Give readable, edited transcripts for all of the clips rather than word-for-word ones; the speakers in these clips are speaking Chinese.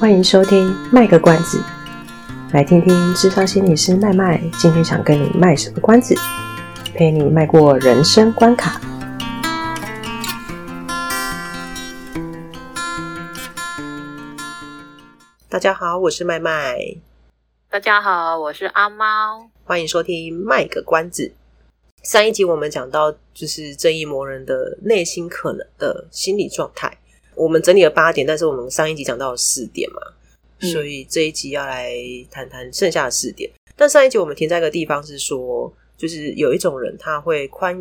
欢迎收听卖个关子，来听听智商心理师麦麦今天想跟你卖什么关子，陪你迈过人生关卡。大家好，我是麦麦。 大家好，我是阿猫。 欢迎收听卖个关子。上一集我们讲到就是正义魔人的内心可能的心理状态，我们整理了8点，但是我们上一集讲到了4点嘛，所以这一集要来谈谈剩下的4点。但上一集我们停在一个地方是说，就是有一种人他会宽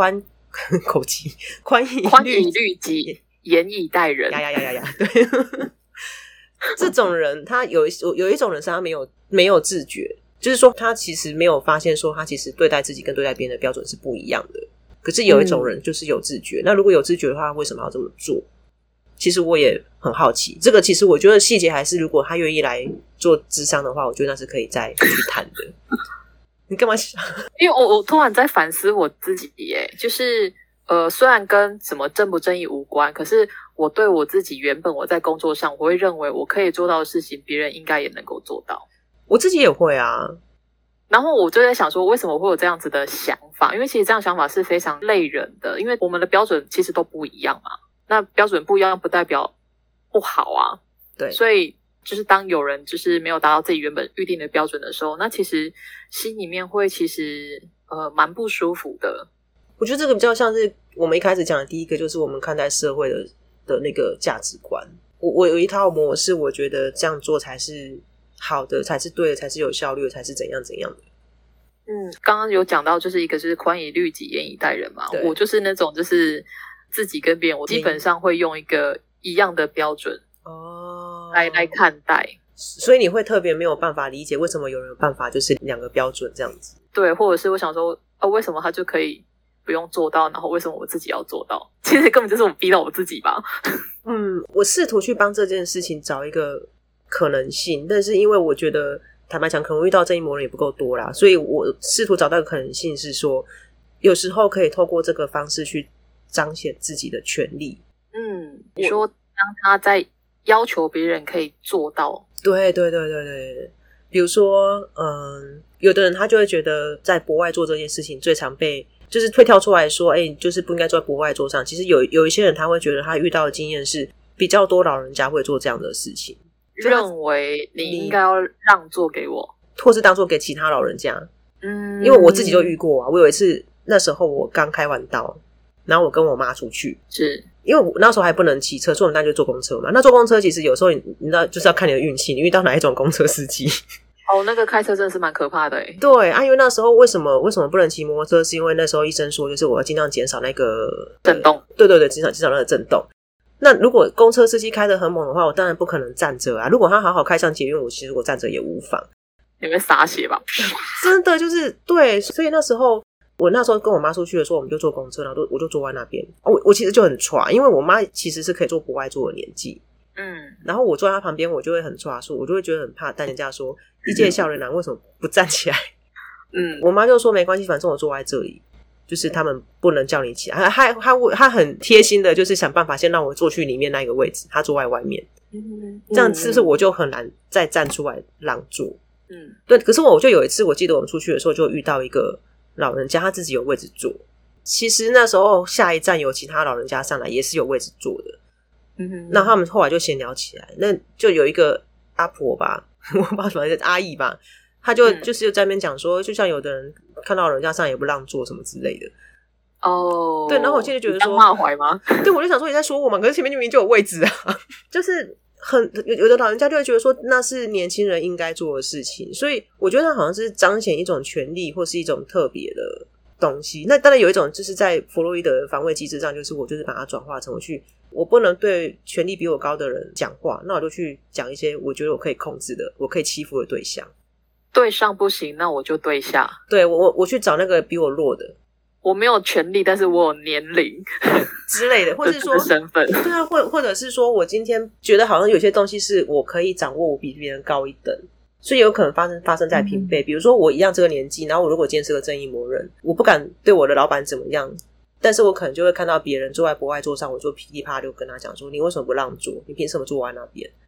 以律己， 严以待人。 对。这种人他有一种人是他没有自觉，就是说他其实没有发现说他其实对待自己跟对待别人的标准是不一样的。可是有一种人就是有自觉，那如果有自觉的话为什么要这么做？其实我也很好奇，这个其实我觉得细节还是如果他愿意来做諮商的话，我觉得那是可以再去谈的。你干嘛想？ 因为我突然在反思我自己耶，就是虽然跟什么正不正义无关，可是我对我自己原本我在工作上我会认为我可以做到的事情别人应该也能够做到， 我自己也会啊。 然后我就在想说为什么会有这样子的想法，因为其实这样想法是非常累人的，因为我们的标准其实都不一样嘛，那标准不一样不代表不好啊。 对， 所以就是当有人就是没有达到自己原本预定的标准的时候，那其实心里面会其实蛮不舒服的。 我觉得这个比较像是我们一开始讲的第一个，就是我们看待社会的那个价值观。我有一套模式，我觉得这样做才是好的，才是对的，才是有效率的，才是怎样怎样的。 刚刚有讲到就是一个是宽以律己严以待人嘛，我就是那种就是自己跟别人我基本上会用一个一样的标准来看待， 所以你会特别没有办法理解为什么有人有办法就是2个标准这样子。 对，或者是我想说为什么他就可以不用做到，然后为什么我自己要做到？其实根本就是我逼到我自己吧。 我试图去帮这件事情找一个可能性，但是因为我觉得坦白讲可能遇到正义魔人也不够多啦，所以我试图找到一个可能性是说有时候可以透过这个方式去彰显自己的权利。 你说当他在要求别人可以做到， 对，比如说有的人他就会觉得在国外做这件事情最常被就是会跳出来说就是不应该做在国外做上。其实有一些人他会觉得他遇到的经验是比较多老人家会做这样的事情， 认为你应该要让座给我， 或是当做给其他老人家。因为我自己就遇过啊，我有一次那时候我刚开完刀，然后我跟我妈出去， 是因为我那时候还不能骑车，所以我们当然就坐公车嘛。那坐公车其实有时候你知道就是要看你的运气，你遇到哪一种公车司机。 那个开车真的是蛮可怕的耶。 对啊，因为那时候为什么不能骑摩托车，是因为那时候医生说就是我要尽量减少那个震动。 对，减少那个震动。那如果公车司机开得很猛的话，我当然不可能站着啊。如果他好好开上捷运，其实我站着也无妨。 你会洒血吧？ 真的就是对，所以那时候跟我妈出去的时候，我们就坐公车，然后我就坐在那边。我其实就很抓，因为我妈其实是可以坐国外坐的年纪。然后我坐在她旁边，我就会很抓住，我就会觉得很怕，但人家说一介少年郎为什么不站起来？我妈就说没关系，反正我坐在这里，就是他们不能叫你起来。她很贴心的，就是想办法先让我坐去里面那个位置，她坐在外面。这样是不是我就很难再站出来让座？对。可是我就有一次，我记得我们出去的时候就遇到一个老人家，他自己有位置坐。其实那时候下一站有其他老人家上来，也是有位置坐的。那他们后来就闲聊起来，那就有一个阿婆吧，我不知道什么阿姨吧，她就是在那边讲说，就像有的人看到老人家上也不让座什么之类的。对，然后我现在觉得说骂怀吗？ 对，我就想说你在说我嘛，可是前面明明就有位置啊。就是有的老人家就会觉得说那是年轻人应该做的事情，所以我觉得好像是彰显一种权利或是一种特别的东西。那当然有一种就是在弗洛伊德的防卫机制上，就是我就是把它转化成我不能对权力比我高的人讲话，那我就去讲一些我觉得我可以控制的，我可以欺负的对象。对上不行，那我就对下。 对，我去找那个比我弱的。 我没有权利，但是我有年龄之类的，或者是说身份。 对啊，或者是说我今天觉得好像有些东西是我可以掌握，我比别人高一等，所以有可能发生在平辈。比如说我一样这个年纪，然后我如果今天是个正义魔人，我不敢对我的老板怎么样，但是我可能就会看到别人坐在博爱座上，我就噼里啪啦就跟他讲说，你为什么不让座？你凭什么坐在那边？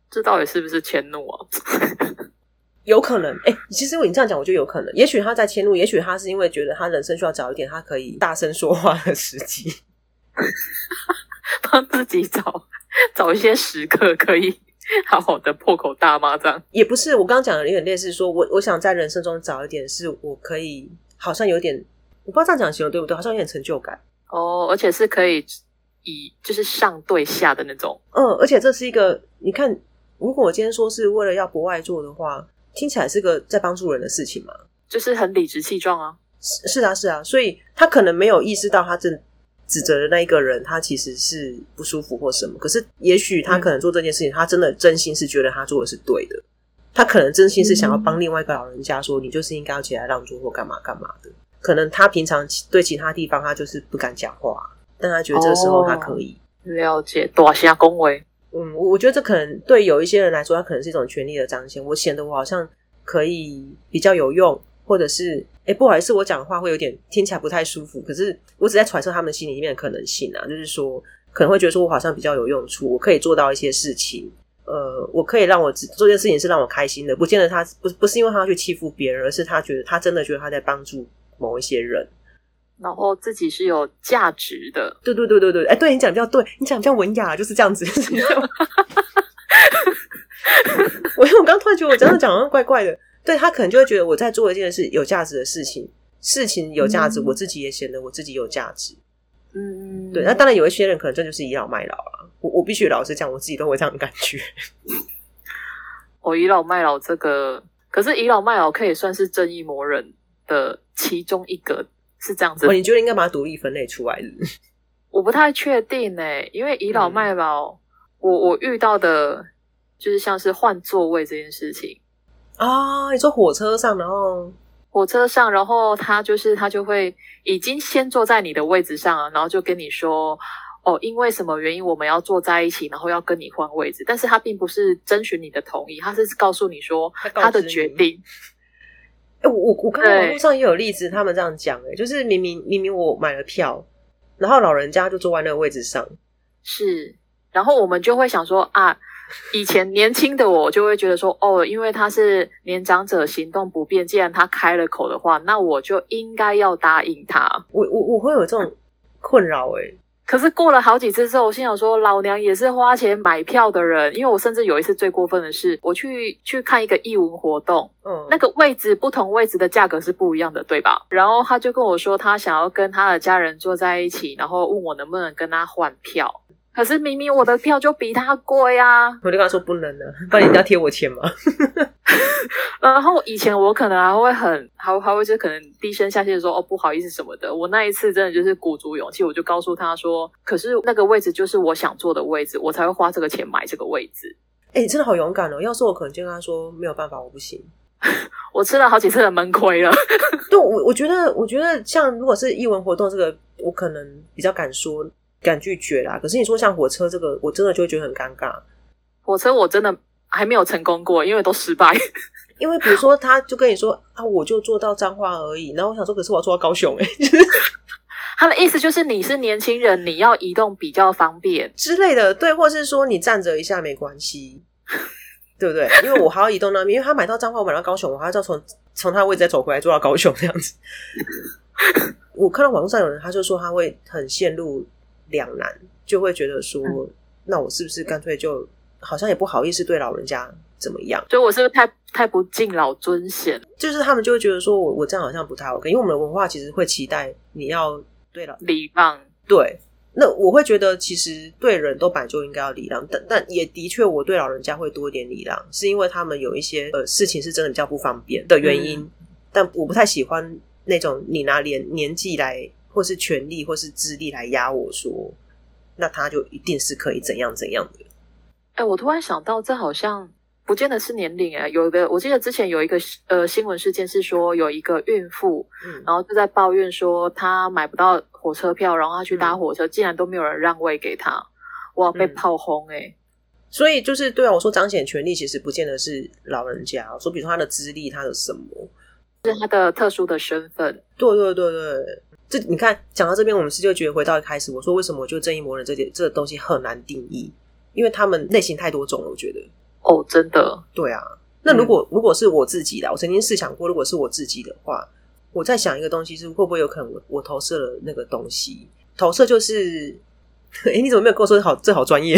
这到底是不是迁怒啊？ 有可能其实你这样讲我觉得有可能，也许他在迁怒，也许他是因为觉得他人生需要找一点他可以大声说话的时机， 帮自己找一些时刻可以好好的破口大骂这样。 也不是，我刚刚讲的有点类似说我想在人生中找一点是我可以好像有点，我不知道这样讲形容对不对，好像有点成就感而且是可以以就是上对下的那种。 而且这是一个你看，如果我今天说是为了要博爱做的话，听起来是个在帮助人的事情嘛， 就是很理直气壮啊。 是啊，所以他可能没有意识到他正指责的那一个人他其实是不舒服或什么，可是也许他可能做这件事情他真的真心是觉得他做的是对的，他可能真心是想要帮另外一个老人家说你就是应该要起来让座或干嘛干嘛的，可能他平常对其他地方他就是不敢讲话，但他觉得这个时候他可以。 了解，大声恭维。 我觉得这可能对有一些人来说他可能是一种权力的彰显，我显得我好像可以比较有用，或者是不好意思我讲的话会有点听起来不太舒服，可是我只在揣测他们心里面的可能性啊，就是说可能会觉得说我好像比较有用处，我可以做到一些事情，我可以让我做件事情是让我开心的，不见得他不是因为他要去欺负别人，而是他真的觉得他在帮助某一些人， 然后自己是有价值的。 对，对，你讲比较对，你讲比较文雅，就是这样子。我刚突然觉得我这样讲好像怪怪的，对，他可能就会觉得我在做一件事有价值的事情有价值，我自己也显得我自己有价值。对，那当然有一些人可能这就是倚老卖老了，我必须老实讲，我自己都会这样的感觉。 倚老卖老这个，可是倚老卖老可以算是正义魔人的其中一个，是这样子。 你觉得应该把它独立分类出来的？ 我不太确定因为倚老卖老，我遇到的就是像是换座位这件事情啊。你说火车上，然后他就会已经先坐在你的位置上了，然后就跟你说因为什么原因我们要坐在一起，然后要跟你换位置，但是他并不是征询你的同意，他是告诉你说他的决定。 我看网络上也有例子他们这样讲就是明明我买了票，然后老人家就坐在那个位置上， 是，然后我们就会想说以前年轻的我就会觉得说因为他是年长者行动不便，既然他开了口的话，那我就应该要答应他。 我会有这种困扰可是过了好几次之后，我心想说老娘也是花钱买票的人，因为我甚至有一次最过分的是我去看一个艺文活动，那个位置不同位置的价格是不一样的，对吧？然后他就跟我说他想要跟他的家人坐在一起，然后问我能不能跟他换票，可是明明我的票就比他贵啊。 我就跟他说不能不然你要贴我钱吗？ 然后以前我可能还会就可能低声下气的说不好意思什么的，我那一次真的就是鼓足勇气，我就告诉他说可是那个位置就是我想坐的位置，我才会花这个钱买这个位置。 你真的好勇敢要是我可能就跟他说没有办法我不行。 我吃了好几次的闷亏了。 对，我觉得像如果是艺文活动这个我可能比较敢拒绝啦，可是你说像火车这个我真的就会觉得很尴尬。 火车我真的还没有成功过，因为都失败。 因为比如说他就跟你说我就坐到彰化而已，然后我想说可是我要坐到高雄他的意思就是你是年轻人，你要移动比较方便之类的，对，或是说你站着一下没关系，对不对？因为我还要移动那边，因为他买到彰化我买到高雄，我还要从他的位置再走回来坐到高雄这样子。我看到网络上有人他就说他会很陷入两难，就会觉得说那我是不是干脆就好像也不好意思对老人家怎么样， 所以我是不是太不敬老尊贤， 就是他们就会觉得说我这样好像不太 OK， 因为我们的文化其实会期待你要对礼让， 对，那我会觉得其实对人都本来就应该要礼让，但也的确我对老人家会多一点礼让，是因为他们有一些事情是真的比较不方便的原因，但我不太喜欢那种你拿年纪来或是权力或是资历来压我说那他就一定是可以怎样怎样的。 我突然想到这好像不见得是年龄有一个我记得之前有一个新闻事件是说有一个孕妇然后就在抱怨说她买不到火车票，然后她去搭火车竟然都没有人让位给她，哇，被炮轰所以就是对啊，我说彰显权利其实不见得是老人家，说比如说他的资历他的什么是他的特殊的身份。 对，这你看讲到这边我们是就觉得回到一开始我说为什么我觉得正义魔人这个东西很难定义，因为他们类型太多种了，我觉得哦，真的。 对啊，那如果是我自己的，我曾经试想过，如果是我自己的话，我在想一个东西是会不会有可能我投射了那个东西。投射就是你怎么没有跟我说这好专业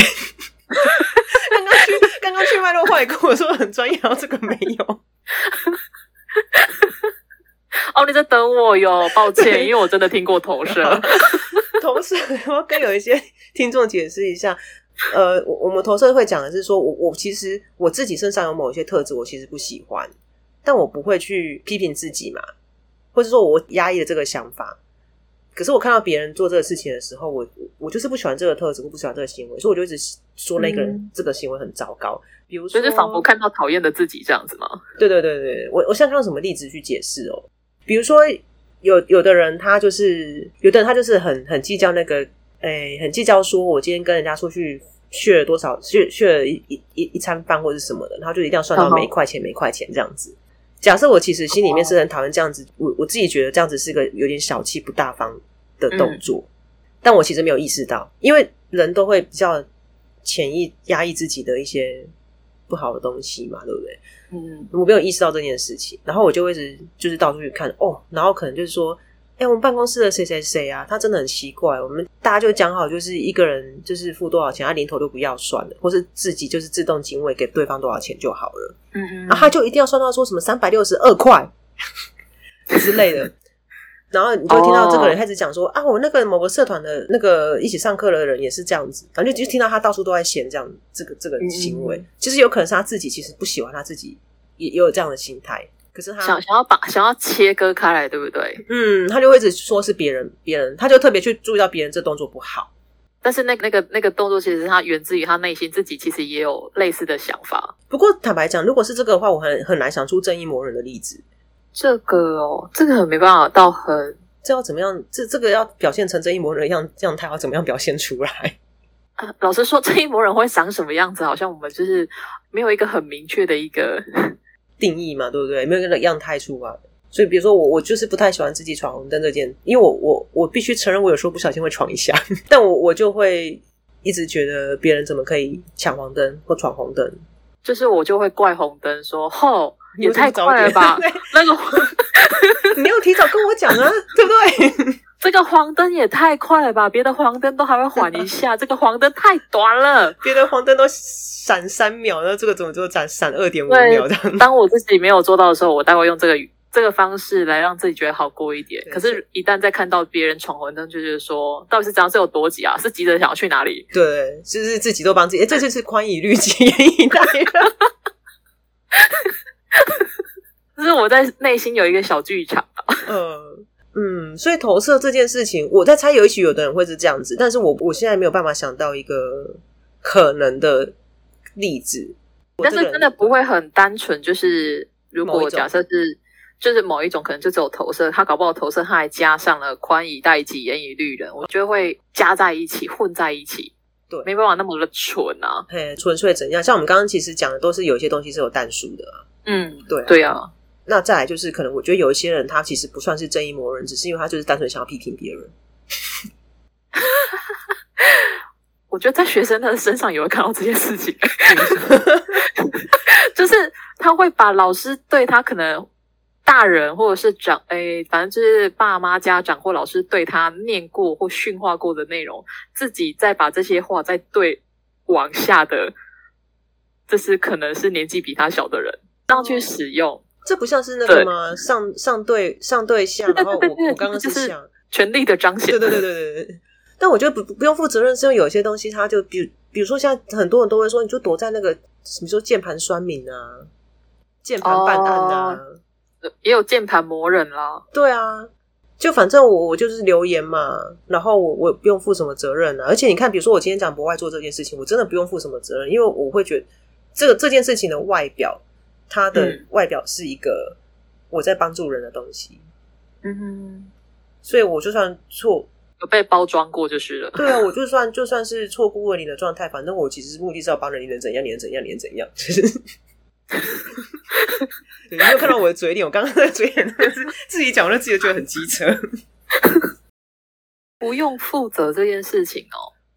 刚刚去麦乐化也跟我说很专业，然后这个没有哦，你在等我哟，抱歉，因为我真的听过投射投射我要跟有一些听众解释一下，我们投射会讲的是说我其实我自己身上有某一些特质我其实不喜欢，但我不会去批评自己嘛，或者说我压抑了这个想法，可是我看到别人做这个事情的时候，我就是不喜欢这个特质，我不喜欢这个行为，所以我就一直说那个人这个行为很糟糕。比如说就是仿佛看到讨厌的自己这样子吗？ 对对对对，我现在用什么例子去解释哦？比如说有的人他就是很计较那个很计较说我今天跟人家出去血了多少血了一餐饭或者是什么的，然后就一定要算到每一块钱这样子。假设我其实心里面是很讨厌这样子，我自己觉得这样子是个有点小气不大方的动作，但我其实没有意识到，因为人都会比较潜意压抑自己的一些不好的东西嘛，对不对？我没有意识到这件事情，然后我就会一直就是到处去看然后可能就是说我们办公室的谁谁谁啊，他真的很奇怪，我们大家就讲好就是一个人就是付多少钱，他零头就不要算了，或是自己就是自动警卫给对方多少钱就好了，然后他就一定要算到说什么362块之类的，然后你就会听到这个人开始讲说我那个某个社团的那个一起上课的人也是这样子，然后就听到他到处都在嫌这样这个行为，其实有可能是他自己其实不喜欢他自己也有这样的心态，可是他想要切割开来，对不对？ 他就会一直说是别人，他就特别去注意到别人这动作不好， 但是那个动作其实他源自于他内心自己其实也有类似的想法。 不过坦白讲，如果是这个的话，我很难想出正义魔人的例子。 这个很没办法到很这要怎么样？这个要表现成正义魔人的样态，要怎么样表现出来？ 老实说，正义魔人会长什么样子，好像我们就是没有一个很明确的一个定义嘛，对不对？没有一个样态出来。所以比如说我就是不太喜欢自己闯红灯这件，因为我必须承认我有时候不小心会闯一下，但我就会一直觉得别人怎么可以抢黄灯或闯红灯， 就是我就会怪红灯说也太快了吧那个你有提早跟我讲啊对不对？ 这个黄灯也太快了吧，别的黄灯都还会缓一下这个黄灯太短了，别的黄灯都闪3秒，然后这个怎么就闪 2.5 秒这样。 当我自己没有做到的时候，我大概用这个方式来让自己觉得好过一点，可是一旦再看到别人闯红灯，就觉得说到底是怎样，是有多急啊，是急着想要去哪里？ 对，就是自己都帮自己这就是宽以律己严以待人就是我在内心有一个小剧场所以投射这件事情，我在猜有的人会是这样子，但是我现在没有办法想到一个可能的例子。 但是真的不会很单纯，就是如果假设是就是某一种可能就只有投射，他搞不好投射他还加上了宽以待己严以律人，我觉得会加在一起混在一起，对，没办法那么的纯啊。 纯粹怎样？像我们刚刚其实讲的都是有一些东西是有但书的对啊。那再来就是可能我觉得有一些人他其实不算是正义魔人，只是因为他就是单纯想要批评别人我觉得在学生的身上也会看到这件事情就是他会把老师对他可能大人或者是反正就是爸妈家长或老师对他念过或训话过的内容，自己再把这些话再对往下的就是可能是年纪比他小的人这样去使用。 这不像是那个吗？上对下，然后我刚刚是想权力的彰显。 对。但我觉得不用负责任，是因为有些东西它就比如说现在很多人都会说，你就躲在那个你说键盘酸民啊，键盘办案啊， 也有键盘魔人啦。 对啊，就反正我就是留言嘛，然后我不用负什么责任啊。而且你看，比如说我今天讲博爱做这件事情，我真的不用负什么责任，因为我会觉得这件事情的外表。它的外表是一个我在帮助人的东西，所以我就算有被包装过就是了。 对啊，我就算是错顾了你的状态，反正我其实目的是要帮人，你能怎样，你没有看到我的嘴脸，我刚刚的嘴脸是自己讲，我自己觉得很机车。 不用负责这件事情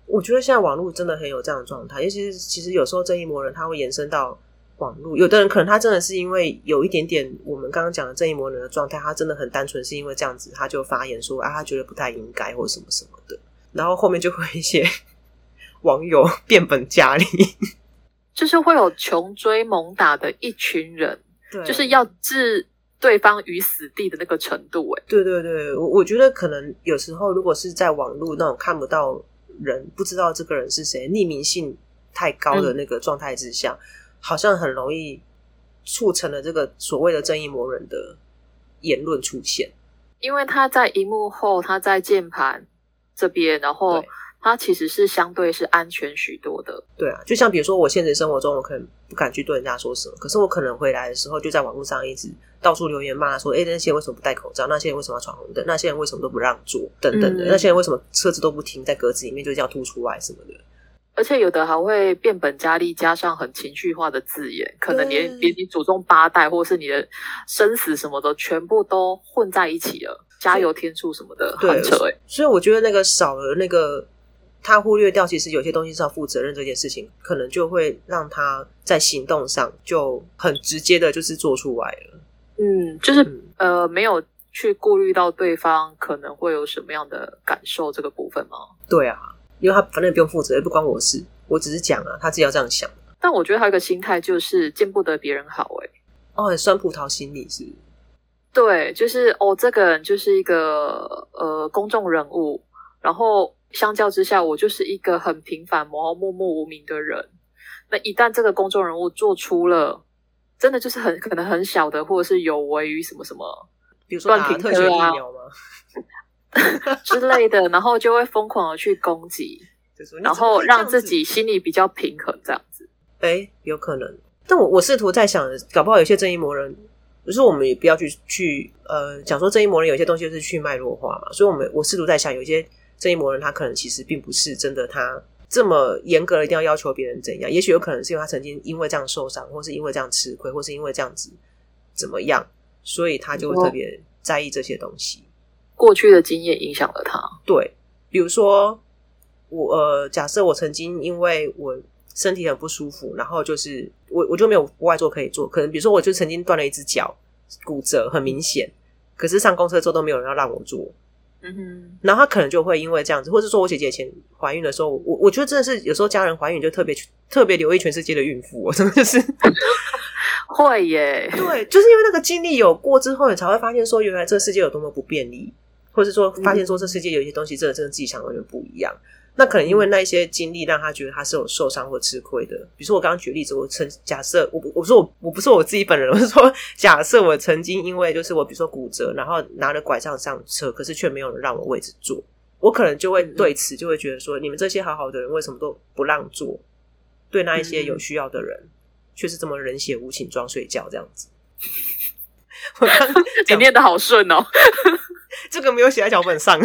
我觉得现在网络真的很有这样的状态，尤其是其实有时候正义魔人他会延伸到网络，有的人可能他真的是因为有一点点我们刚刚讲的正义魔人的状态，他真的很单纯是因为这样子他就发言说他觉得不太应该或什么什么的，然后后面就会一些网友变本加厉， 就是会有穷追猛打的一群人，就是要置对方于死地的那个程度。 对对对，我觉得可能有时候如果是在网络那种看不到人，不知道这个人是谁，匿名性太高的那个状态之下，好像很容易促成了这个所谓的正义魔人的言论出现。 因为他在荧幕后，他在键盘这边，然后他其实是相对是安全许多的。 对啊，就像比如说我现实生活中我可能不敢去对人家说什么，可是我可能回来的时候就在网络上一直到处留言骂说那些人为什么不戴口罩，那些人为什么要闯红灯，那些人为什么都不让座等等的，那些人为什么车子都不停在格子里面就这样凸出来什么的。 而且有的还会变本加厉，加上很情绪化的字眼，可能连你祖宗八代或是你的生死什么的全部都混在一起了，加油添醋什么的，很扯所以我觉得那个少了那个他忽略掉其实有些东西是要负责任这件事情，可能就会让他在行动上就很直接的就是做出来了。 就是没有去顾虑到对方可能会有什么样的感受这个部分吗？ 对啊，因为他反正不用负责，不关我事，我只是讲啊，他自己要这样想。 但我觉得还有一个心态就是见不得别人好很酸葡萄心理是。 对，就是这个人就是一个公众人物，然后相较之下我就是一个很平凡默默无名的人，那一旦这个公众人物做出了真的就是可能很小的或者是有违于什么什么， 比如说打特权疫苗吗之类的，然后就会疯狂的去攻击，然后让自己心里比较平衡这样子。 有可能。但我试图在想，搞不好有些正义魔人，就是我们也不要去讲说正义魔人有些东西就是去脉络化嘛，所以我试图在想，有些正义魔人他可能其实并不是真的他这么严格的一定要求别人怎样，也许有可能是因为他曾经因为这样受伤，或是因为这样吃亏，或是因为这样子怎么样，所以他就会特别在意这些东西。 过去的经验影响了他。 对，比如说假设我曾经因为我身体很不舒服，然后就是我就没有不外做可以做，可能比如说我就曾经断了一只脚，骨折很明显，可是上公车之后都没有人要让我做。然后他可能就会因为这样子，或者说我姐姐以前怀孕的时候，我觉得真的是有时候家人怀孕就特别留意全世界的孕妇，真的就是会耶。 对，就是因为那个经历有过之后，你才会发现说原来这个世界有多么不便利，或者说发现说这世界有一些东西真的自己想的完全不一样。那可能因为那一些经历让他觉得他是有受伤或吃亏的。比如说我刚刚举例子，假设我不是我自己本人，我是说假设我曾经因为就是我比如说骨折，然后拿了拐杖上车，可是却没有人让我位置坐，我可能就会对此就会觉得说，你们这些好好的人为什么都不让座，对那一些有需要的人却是这么冷血无情装睡觉这样子。我刚你念得好顺哦这个没有写在脚本上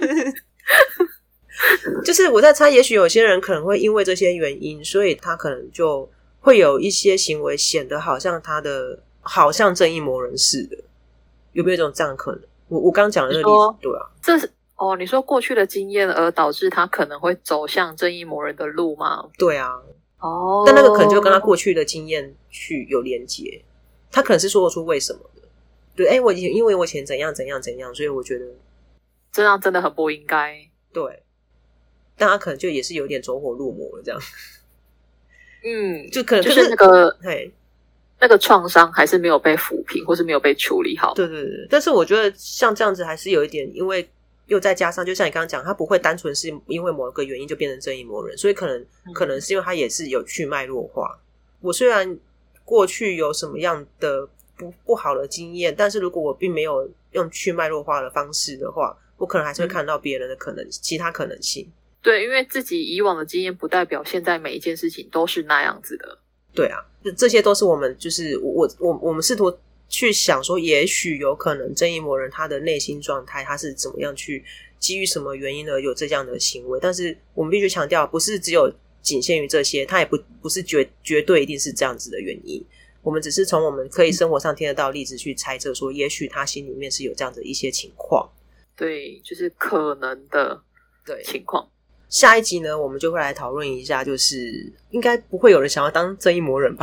就是我在猜，也许有些人可能会因为这些原因，所以他可能就会有一些行为显得好像正义魔人似的，有没有一种这样的可能？我刚讲的那个例子，对啊， 这是你说过去的经验而导致他可能会走向正义魔人的路吗？ 对啊，但那个可能就跟他过去的经验去有连结，他可能是说得出为什么的。对，因为我以前怎样怎样怎样，所以我觉得这样真的很不应该。 对。但他可能就也是有点走火入魔了这样。就可能就是那个创伤还是没有被抚平或是没有被处理好。 对对对，但是我觉得像这样子还是有一点，因为又再加上就像你刚刚讲，他不会单纯是因为某个原因就变成正义魔人，所以可能是因为他也是有去脉络化。我虽然过去有什么样的不好的经验，但是如果我并没有用去脉络化的方式的话，我可能还是会看到别人的其他可能性。 对，因为自己以往的经验不代表现在每一件事情都是那样子的。 对啊，这些都是我们就是我们试图去想说，也许有可能正义魔人他的内心状态他是怎么样去基于什么原因而有这样的行为，但是我们必须强调不是只有仅限于这些，他也不是绝对一定是这样子的原因，我们只是从我们可以生活上听得到的例子去猜测说，也许他心里面是有这样的一些情况。 对，就是可能的情况。 下一集呢，我们就会来讨论一下，就是应该不会有人想要当正义魔人吧？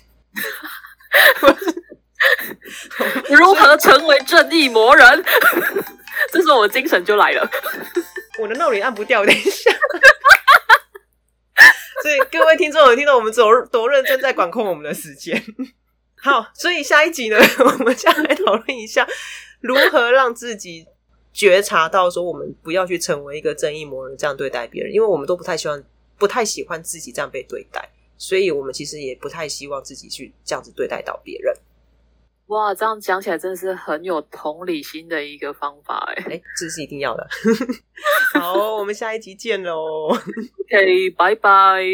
如何成为正义魔人？这时候我精神就来了。 我的闹铃按不掉，等一下。所以各位听众有听到我们多认真在管控我们的时间。好，所以下一集呢，我们就来讨论一下如何让自己觉察到说我们不要去成为一个正义魔人这样对待别人，因为我们都不太喜欢自己这样被对待，所以我们其实也不太希望自己去这样子对待到别人。 哇，这样讲起来真的是很有同理心的一个方法这是一定要的。好，我们下一集见咯。 OK， 拜拜。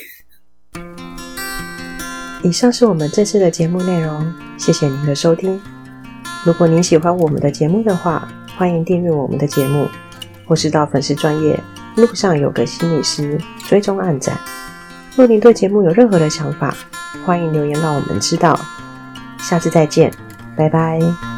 以上是我们这次的节目内容，谢谢您的收听。如果您喜欢我们的节目的话，欢迎订阅我们的节目，或是到粉丝专页路上有个心理师追踪按赞。若您对节目有任何的想法，欢迎留言让我们知道。下次再见，拜拜。